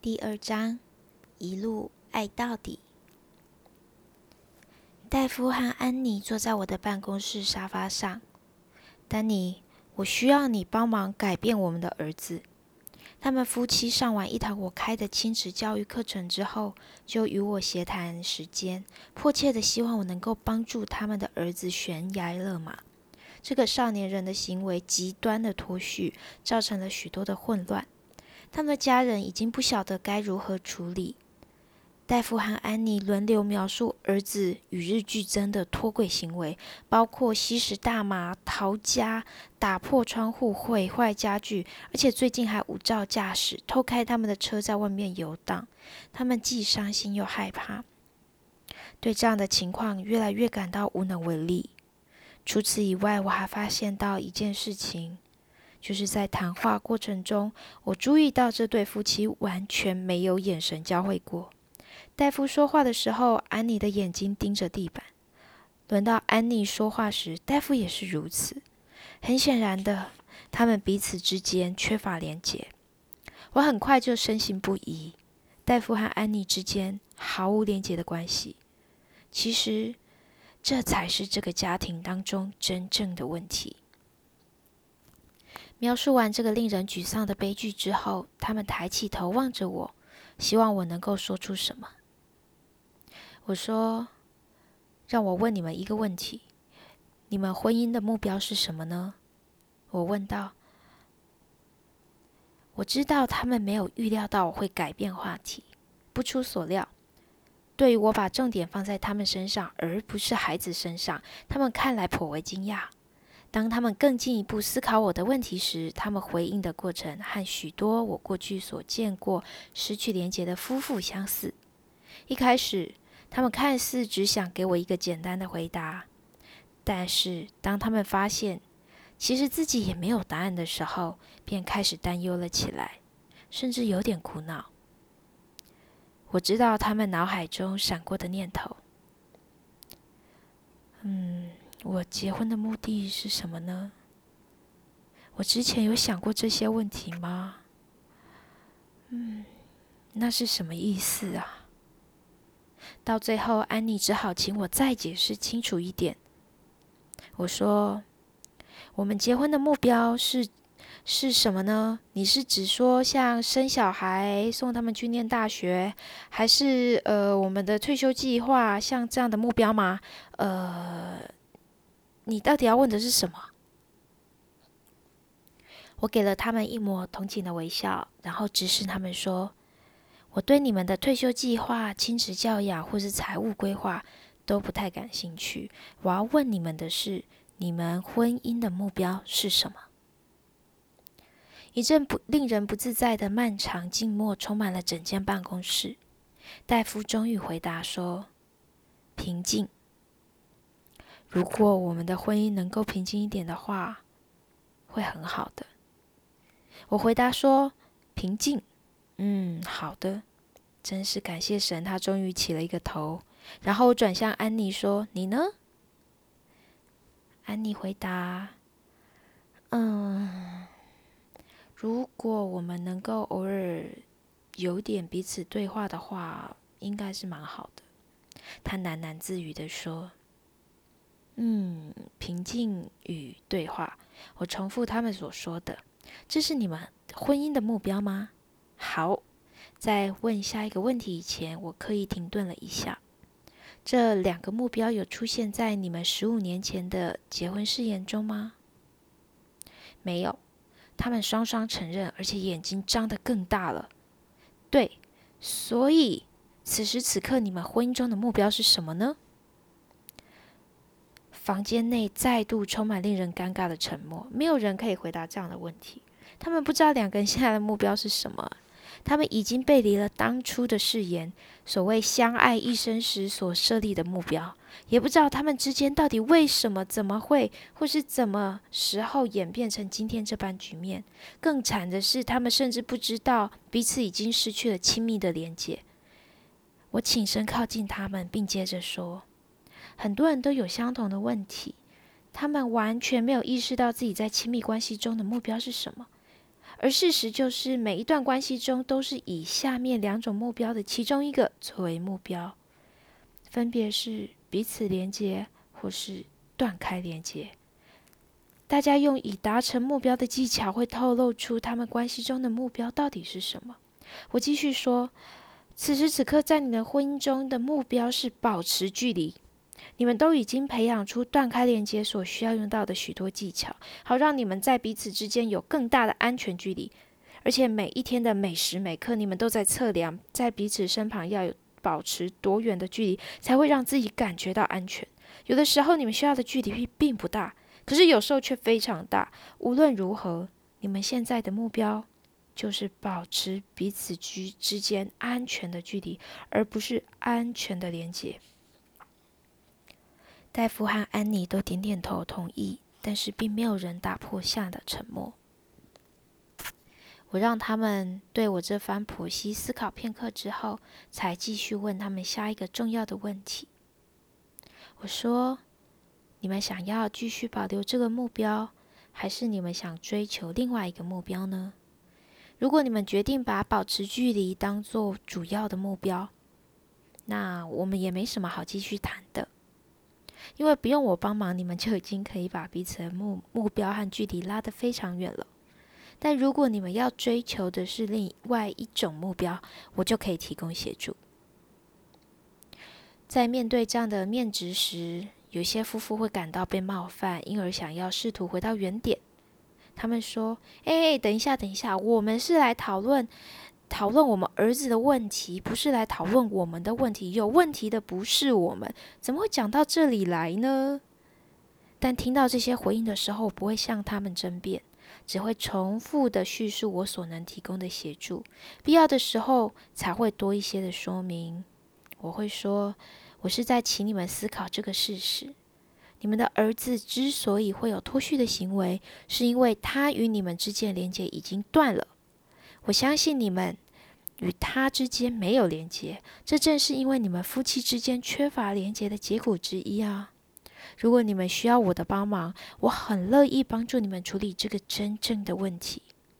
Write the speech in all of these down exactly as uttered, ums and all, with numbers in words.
第二章，一路爱到底。戴夫和安妮坐在我的办公室沙发上。丹尼，我需要你帮忙改变我们的儿子。他们夫妻上完一堂我开的亲子教育课程之后，就与我协谈时间，迫切的希望我能够帮助他们的儿子悬崖勒马。这个少年人的行为极端的脱序，造成了许多的混乱。他们的家人已经不晓得该如何处理。戴夫和安妮轮流描述儿子与日俱增的脱轨行为，包括吸食大麻、逃家、打破窗户、毁坏家具，而且最近还无照驾驶，偷开他们的车在外面游荡。他们既伤心又害怕，对这样的情况越来越感到无能为力。除此以外，我还发现到一件事情，就是在谈话过程中，我注意到这对夫妻完全没有眼神交汇过。戴夫说话的时候，安妮的眼睛盯着地板；轮到安妮说话时，戴夫也是如此。很显然的，他们彼此之间缺乏连结。我很快就深信不疑，戴夫和安妮之间毫无连结的关系。其实，这才是这个家庭当中真正的问题。描述完这个令人沮丧的悲剧之后，他们抬起头望着我，希望我能够说出什么。我说：“让我问你们一个问题，你们婚姻的目标是什么呢？”我问道。我知道他们没有预料到我会改变话题。不出所料，对于我把重点放在他们身上，而不是孩子身上，他们看来颇为惊讶。当他们更进一步思考我的问题时，他们回应的过程和许多我过去所见过失去连结的夫妇相似。一开始，他们看似只想给我一个简单的回答，但是当他们发现其实自己也没有答案的时候，便开始担忧了起来，甚至有点苦恼。我知道他们脑海中闪过的念头。嗯，我结婚的目的是什么呢？我之前有想过这些问题吗？嗯，那是什么意思啊？到最后，安妮只好请我再解释清楚一点。我说，我们结婚的目标是是什么呢？你是指说像生小孩、送他们去念大学，还是呃我们的退休计划像这样的目标吗？呃，你到底要问的是什么？我给了他们一抹同情的微笑，然后指示他们说，我对你们的退休计划、亲子教养或是财务规划都不太感兴趣。我要问你们的是，你们婚姻的目标是什么？一阵不令人不自在的漫长静默充满了整间办公室。戴夫终于回答说：“平静。如果我们的婚姻能够平静一点的话，会很好的。”我回答说：“平静。嗯，好的。真是感谢神，他终于起了一个头。”然后我转向安妮说：“你呢？”安妮回答：“嗯。”如果我们能够偶尔有点彼此对话的话，应该是蛮好的。他喃喃自语地说：“嗯，平静与对话。”我重复他们所说的：“这是你们婚姻的目标吗？”好，在问下一个问题以前，我刻意停顿了一下。这两个目标有出现在你们十五年前的结婚誓言中吗？没有。他们双双承认，而且眼睛张得更大了。对，所以此时此刻你们婚姻中的目标是什么呢？房间内再度充满令人尴尬的沉默，没有人可以回答这样的问题。他们不知道两个人现在的目标是什么。他们已经背离了当初的誓言，所谓相爱一生时所设立的目标，也不知道他们之间到底为什么、怎么会，或是怎么时候演变成今天这般局面。更惨的是，他们甚至不知道彼此已经失去了亲密的连结。我起身靠近他们，并接着说：“很多人都有相同的问题，他们完全没有意识到自己在亲密关系中的目标是什么。 而事实就是，每一段关系中都是以下面两种目标的其中一个作为目标，分别是彼此连结或是断开连结。大家用以达成目标的技巧，会透露出他们关系中的目标到底是什么。我继续说，此时此刻在你们婚姻中的目标是保持距离。你们都已经培养出断开连接所需要用到的许多技巧，好让你们在彼此之间有更大的安全距离。而且每一天的每时每刻，你们都在测量在彼此身旁要有保持多远的距离，才会让自己感觉到安全。有的时候你们需要的距离并不大，可是有时候却非常大。无论如何，你们现在的目标就是保持彼此之之间安全的距离，而不是安全的连结。戴夫和安妮都点点头同意，但是并没有人打破下的沉默。我让他们对我这番剖析思考片刻之后，才继续问他们下一个重要的问题。我说：你们想要继续保留这个目标，还是你们想追求另外一个目标呢？如果你们决定把保持距离当作主要的目标，那我们也没什么好继续谈的。因为不用我帮忙，你们就已经可以把彼此的目目标和距离拉得非常远了。但如果你们要追求的是另外一种目标，我就可以提供协助。在面对这样的面质时，有些夫妇会感到被冒犯，因而想要试图回到原点。他们说：哎，等一下，等一下，我们是来讨论讨论我们儿子的问题，不是来讨论我们的问题。有问题的不是我们，怎么会讲到这里来呢？但听到这些回应的时候，我不会向他们争辩，只会重复的叙述我所能提供的协助，必要的时候才会多一些的说明。我会说，我是在请你们思考这个事实：你们的儿子之所以会有脱序的行为，是因为他与你们之间的连结已经断了。我相信你们与他之间没有连结，这正是因为你们夫妻之间缺乏连结的结果之一啊。如果你们需要我的帮忙，我很乐意帮助你们处理这个真正的问题。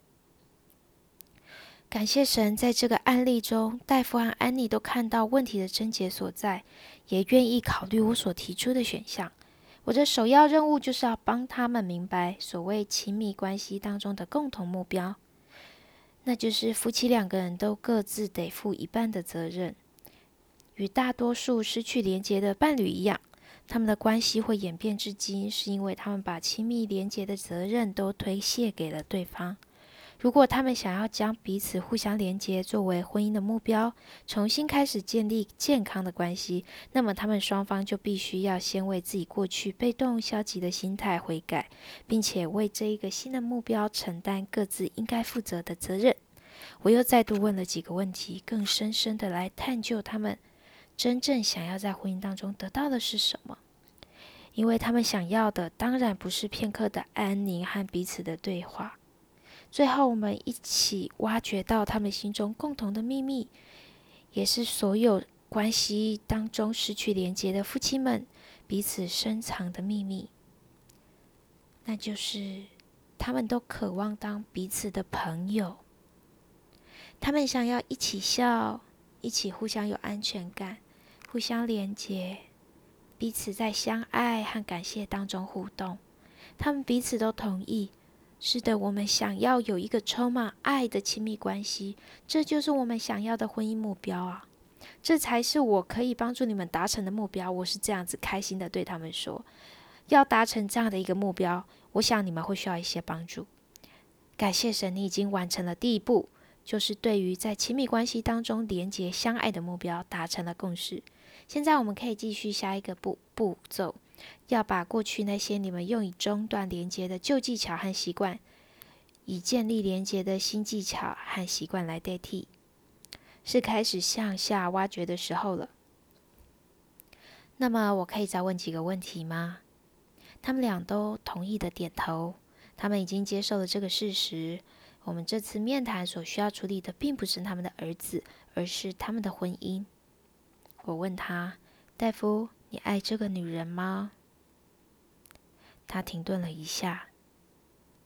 感谢神，在这个案例中，戴夫和安妮都看到问题的症结所在，也愿意考虑我所提出的选项。我的首要任务就是要帮他们明白所谓亲密关系当中的共同目标，那就是夫妻两个人都各自得负一半的责任。与大多数失去连结的伴侣一样，他们的关系会演变至今，是因为他们把亲密连结的责任都推卸给了对方。如果他们想要将彼此互相连结作为婚姻的目标，重新开始建立健康的关系，那么他们双方就必须要先为自己过去被动消极的心态悔改，并且为这一个新的目标承担各自应该负责的责任。我又再度问了几个问题，更深深的来探究他们真正想要在婚姻当中得到的是什么。因为他们想要的当然不是片刻的安宁和彼此的对话。最后我们一起挖掘到他们心中共同的秘密，也是所有关系当中失去连结的夫妻们彼此深藏的秘密，那就是他们都渴望当彼此的朋友。他们想要一起笑，一起互相有安全感，互相连结，彼此在相爱和感谢当中互动。他们彼此都同意，是的，我们想要有一个充满爱的亲密关系，这就是我们想要的婚姻目标啊！这才是我可以帮助你们达成的目标。我是这样子开心的对他们说，要达成这样的一个目标，我想你们会需要一些帮助。感谢神，你已经完成了第一步，就是对于在亲密关系当中连结相爱的目标达成了共识。现在我们可以继续下一个步步骤，要把过去那些你们用以中断连结的旧技巧和习惯，以建立连结的新技巧和习惯来代替，是开始向下挖掘的时候了。那么我可以再问几个问题吗？他们俩都同意的点头，他们已经接受了这个事实。我们这次面谈所需要处理的并不是他们的儿子，而是他们的婚姻。我问他，戴夫，你爱这个女人吗？他停顿了一下。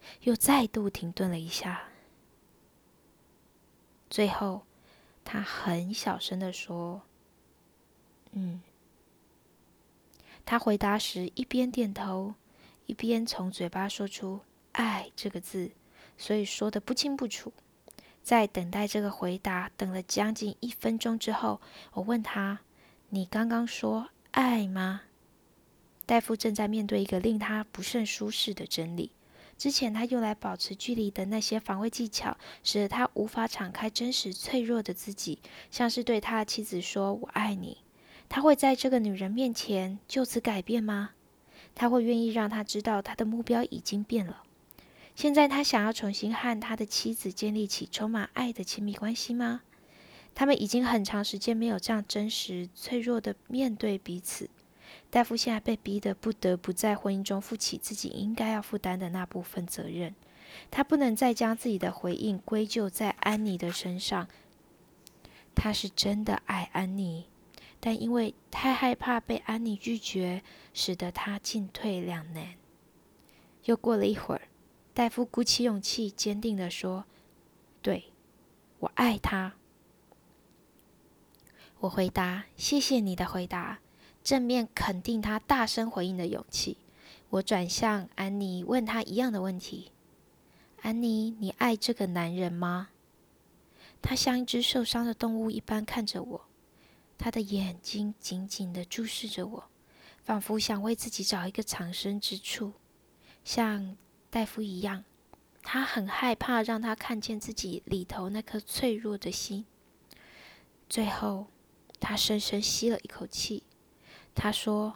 又再度停顿了一下。最后，他很小声地说：“嗯。”他回答时一边点头，一边从嘴巴说出“爱”这个字，所以说得不清不楚。在等待这个回答，等了将近一分钟之后，我问他：“你刚刚说爱吗？”戴夫正在面对一个令他不甚舒适的真理。之前他用来保持距离的那些防卫技巧，使得他无法敞开真实脆弱的自己，像是对他的妻子说“我爱你”。他会在这个女人面前就此改变吗？他会愿意让她知道他的目标已经变了？现在他想要重新和他的妻子建立起充满爱的亲密关系吗？他们已经很长时间没有这样真实脆弱的面对彼此。戴夫现在被逼得不得不在婚姻中负起自己应该要负担的那部分责任。他不能再将自己的回应归咎在安妮的身上。他是真的爱安妮，但因为太害怕被安妮拒绝，使得他进退两难。又过了一会儿，戴夫鼓起勇气，坚定地说：“对，我爱他。”我回答：“谢谢你的回答。”正面肯定他大声回应的勇气。我转向安妮，问她一样的问题：“安妮，你爱这个男人吗？”她像一只受伤的动物一般看着我，她的眼睛紧紧地注视着我，仿佛想为自己找一个藏身之处。像戴夫一样，她很害怕让他看见自己里头那颗脆弱的心。最后，她深深吸了一口气。他说：“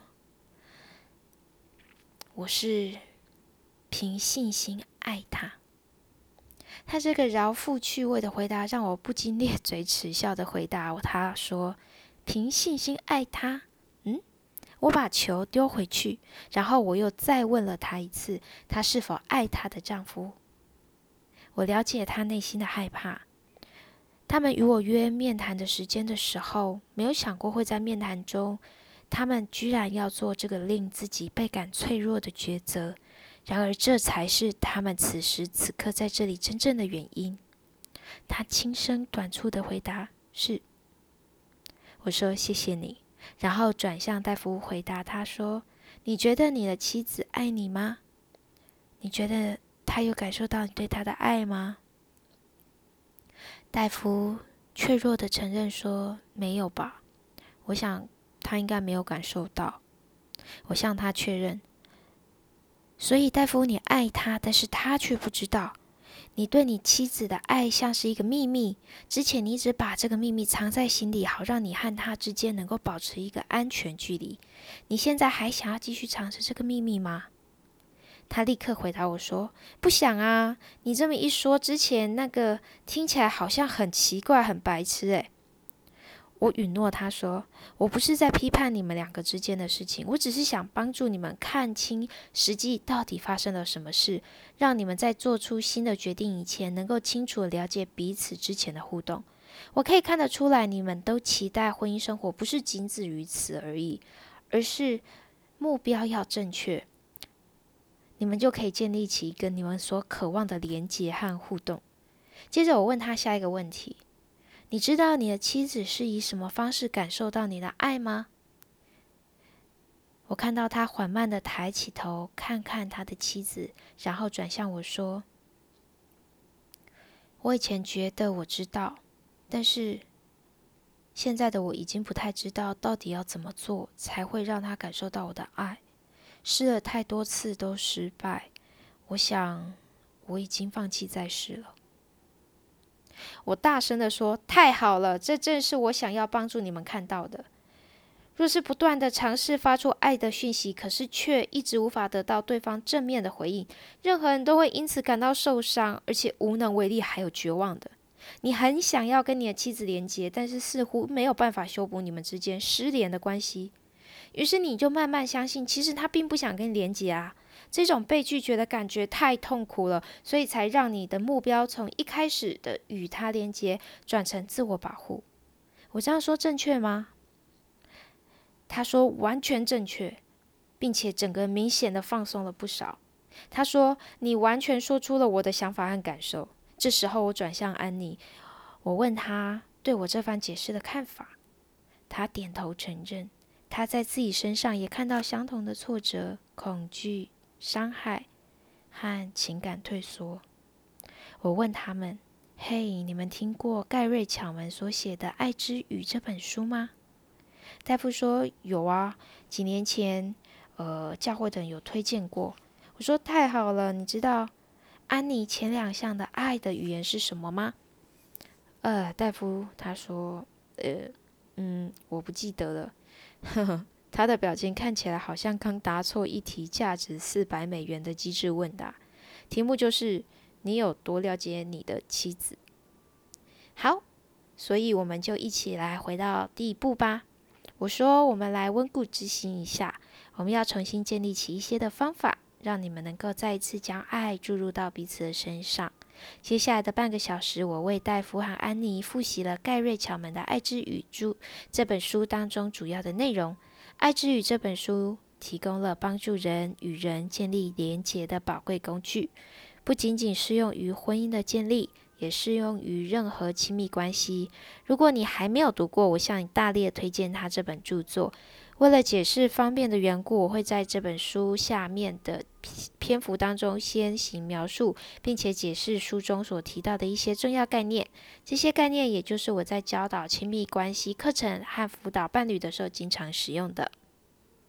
我是凭信心爱他。”他这个饶富趣味的回答让我不禁咧嘴耻笑的回答他说：“凭信心爱他？嗯？”我把球丢回去，然后我又再问了他一次，她是否爱她的丈夫。我了解她内心的害怕。他们与我约面谈的时间的时候，没有想过会在面谈中他们居然要做这个令自己倍感脆弱的抉择，然而这才是他们此时此刻在这里真正的原因。他轻声短促的回答：“是。”我说：“谢谢你。”然后转向戴夫回答他说：“你觉得你的妻子爱你吗？你觉得她有感受到你对她的爱吗？”戴夫怯弱的承认说：“没有吧，我想他应该没有感受到。”我向他确认：“所以戴夫，你爱他，但是他却不知道。你对你妻子的爱像是一个秘密，之前你只把这个秘密藏在心里，好让你和他之间能够保持一个安全距离。你现在还想要继续藏着这个秘密吗？”他立刻回答我说：“不想啊，你这么一说，之前那个听起来好像很奇怪、很白痴诶。”我允诺他说：“我不是在批判你们两个之间的事情，我只是想帮助你们看清实际到底发生了什么事，让你们在做出新的决定以前，能够清楚了解彼此之前的互动。我可以看得出来，你们都期待婚姻生活不是仅止于此而已，而是目标要正确，你们就可以建立起一个你们所渴望的连结和互动。”接着我问他下一个问题：“你知道你的妻子是以什么方式感受到你的爱吗？”我看到他缓慢地抬起头，看看他的妻子，然后转向我说：“我以前觉得我知道，但是现在的我已经不太知道到底要怎么做才会让他感受到我的爱。试了太多次都失败，我想我已经放弃再试了。”我大声地说：“太好了，这正是我想要帮助你们看到的。若是不断地尝试发出爱的讯息，可是却一直无法得到对方正面的回应，任何人都会因此感到受伤，而且无能为力，还有绝望的。你很想要跟你的妻子连接，但是似乎没有办法修补你们之间失联的关系。于是你就慢慢相信，其实他并不想跟你连接啊。这种被拒绝的感觉太痛苦了，所以才让你的目标从一开始的与他连接，转成自我保护。我这样说正确吗？”他说完全正确，并且整个明显的放松了不少。 他说：你完全说出了我的想法和感受。这时候我转向安妮，我问他对我这番解释的看法。他点头承认，他在自己身上也看到相同的挫折、恐惧、伤害和情感退缩。我问他们：嘿，你们听过盖瑞·巧门所写的《爱之语》这本书吗？戴夫说：有啊，几年前，呃，教会的人有推荐过。我说：太好了，你知道安妮前两项的爱的语言是什么吗？呃，戴夫他说：呃，嗯，我不记得了。呵呵，他的表情看起来好像刚答错一题价值四百美元的机智问答，题目就是你有多了解你的妻子。好，所以我们就一起来回到第一步吧。我说，我们来温故知新一下，我们要重新建立起一些的方法，让你们能够再一次将爱注入到彼此的身上。接下来的半个小时，我为戴夫和安妮复习了盖瑞·巧门的《爱之语》这本书当中主要的内容。《爱之语》这本书提供了帮助人与人建立连结的宝贵工具，不仅仅适用于婚姻的建立，也适用于任何亲密关系。如果你还没有读过，我向你大力推荐他这本著作。为了解释方便的缘故，我会在这本书下面的篇幅当中先行描述，并且解释书中所提到的一些重要概念。这些概念也就是我在教导亲密关系课程和辅导伴侣的时候经常使用的。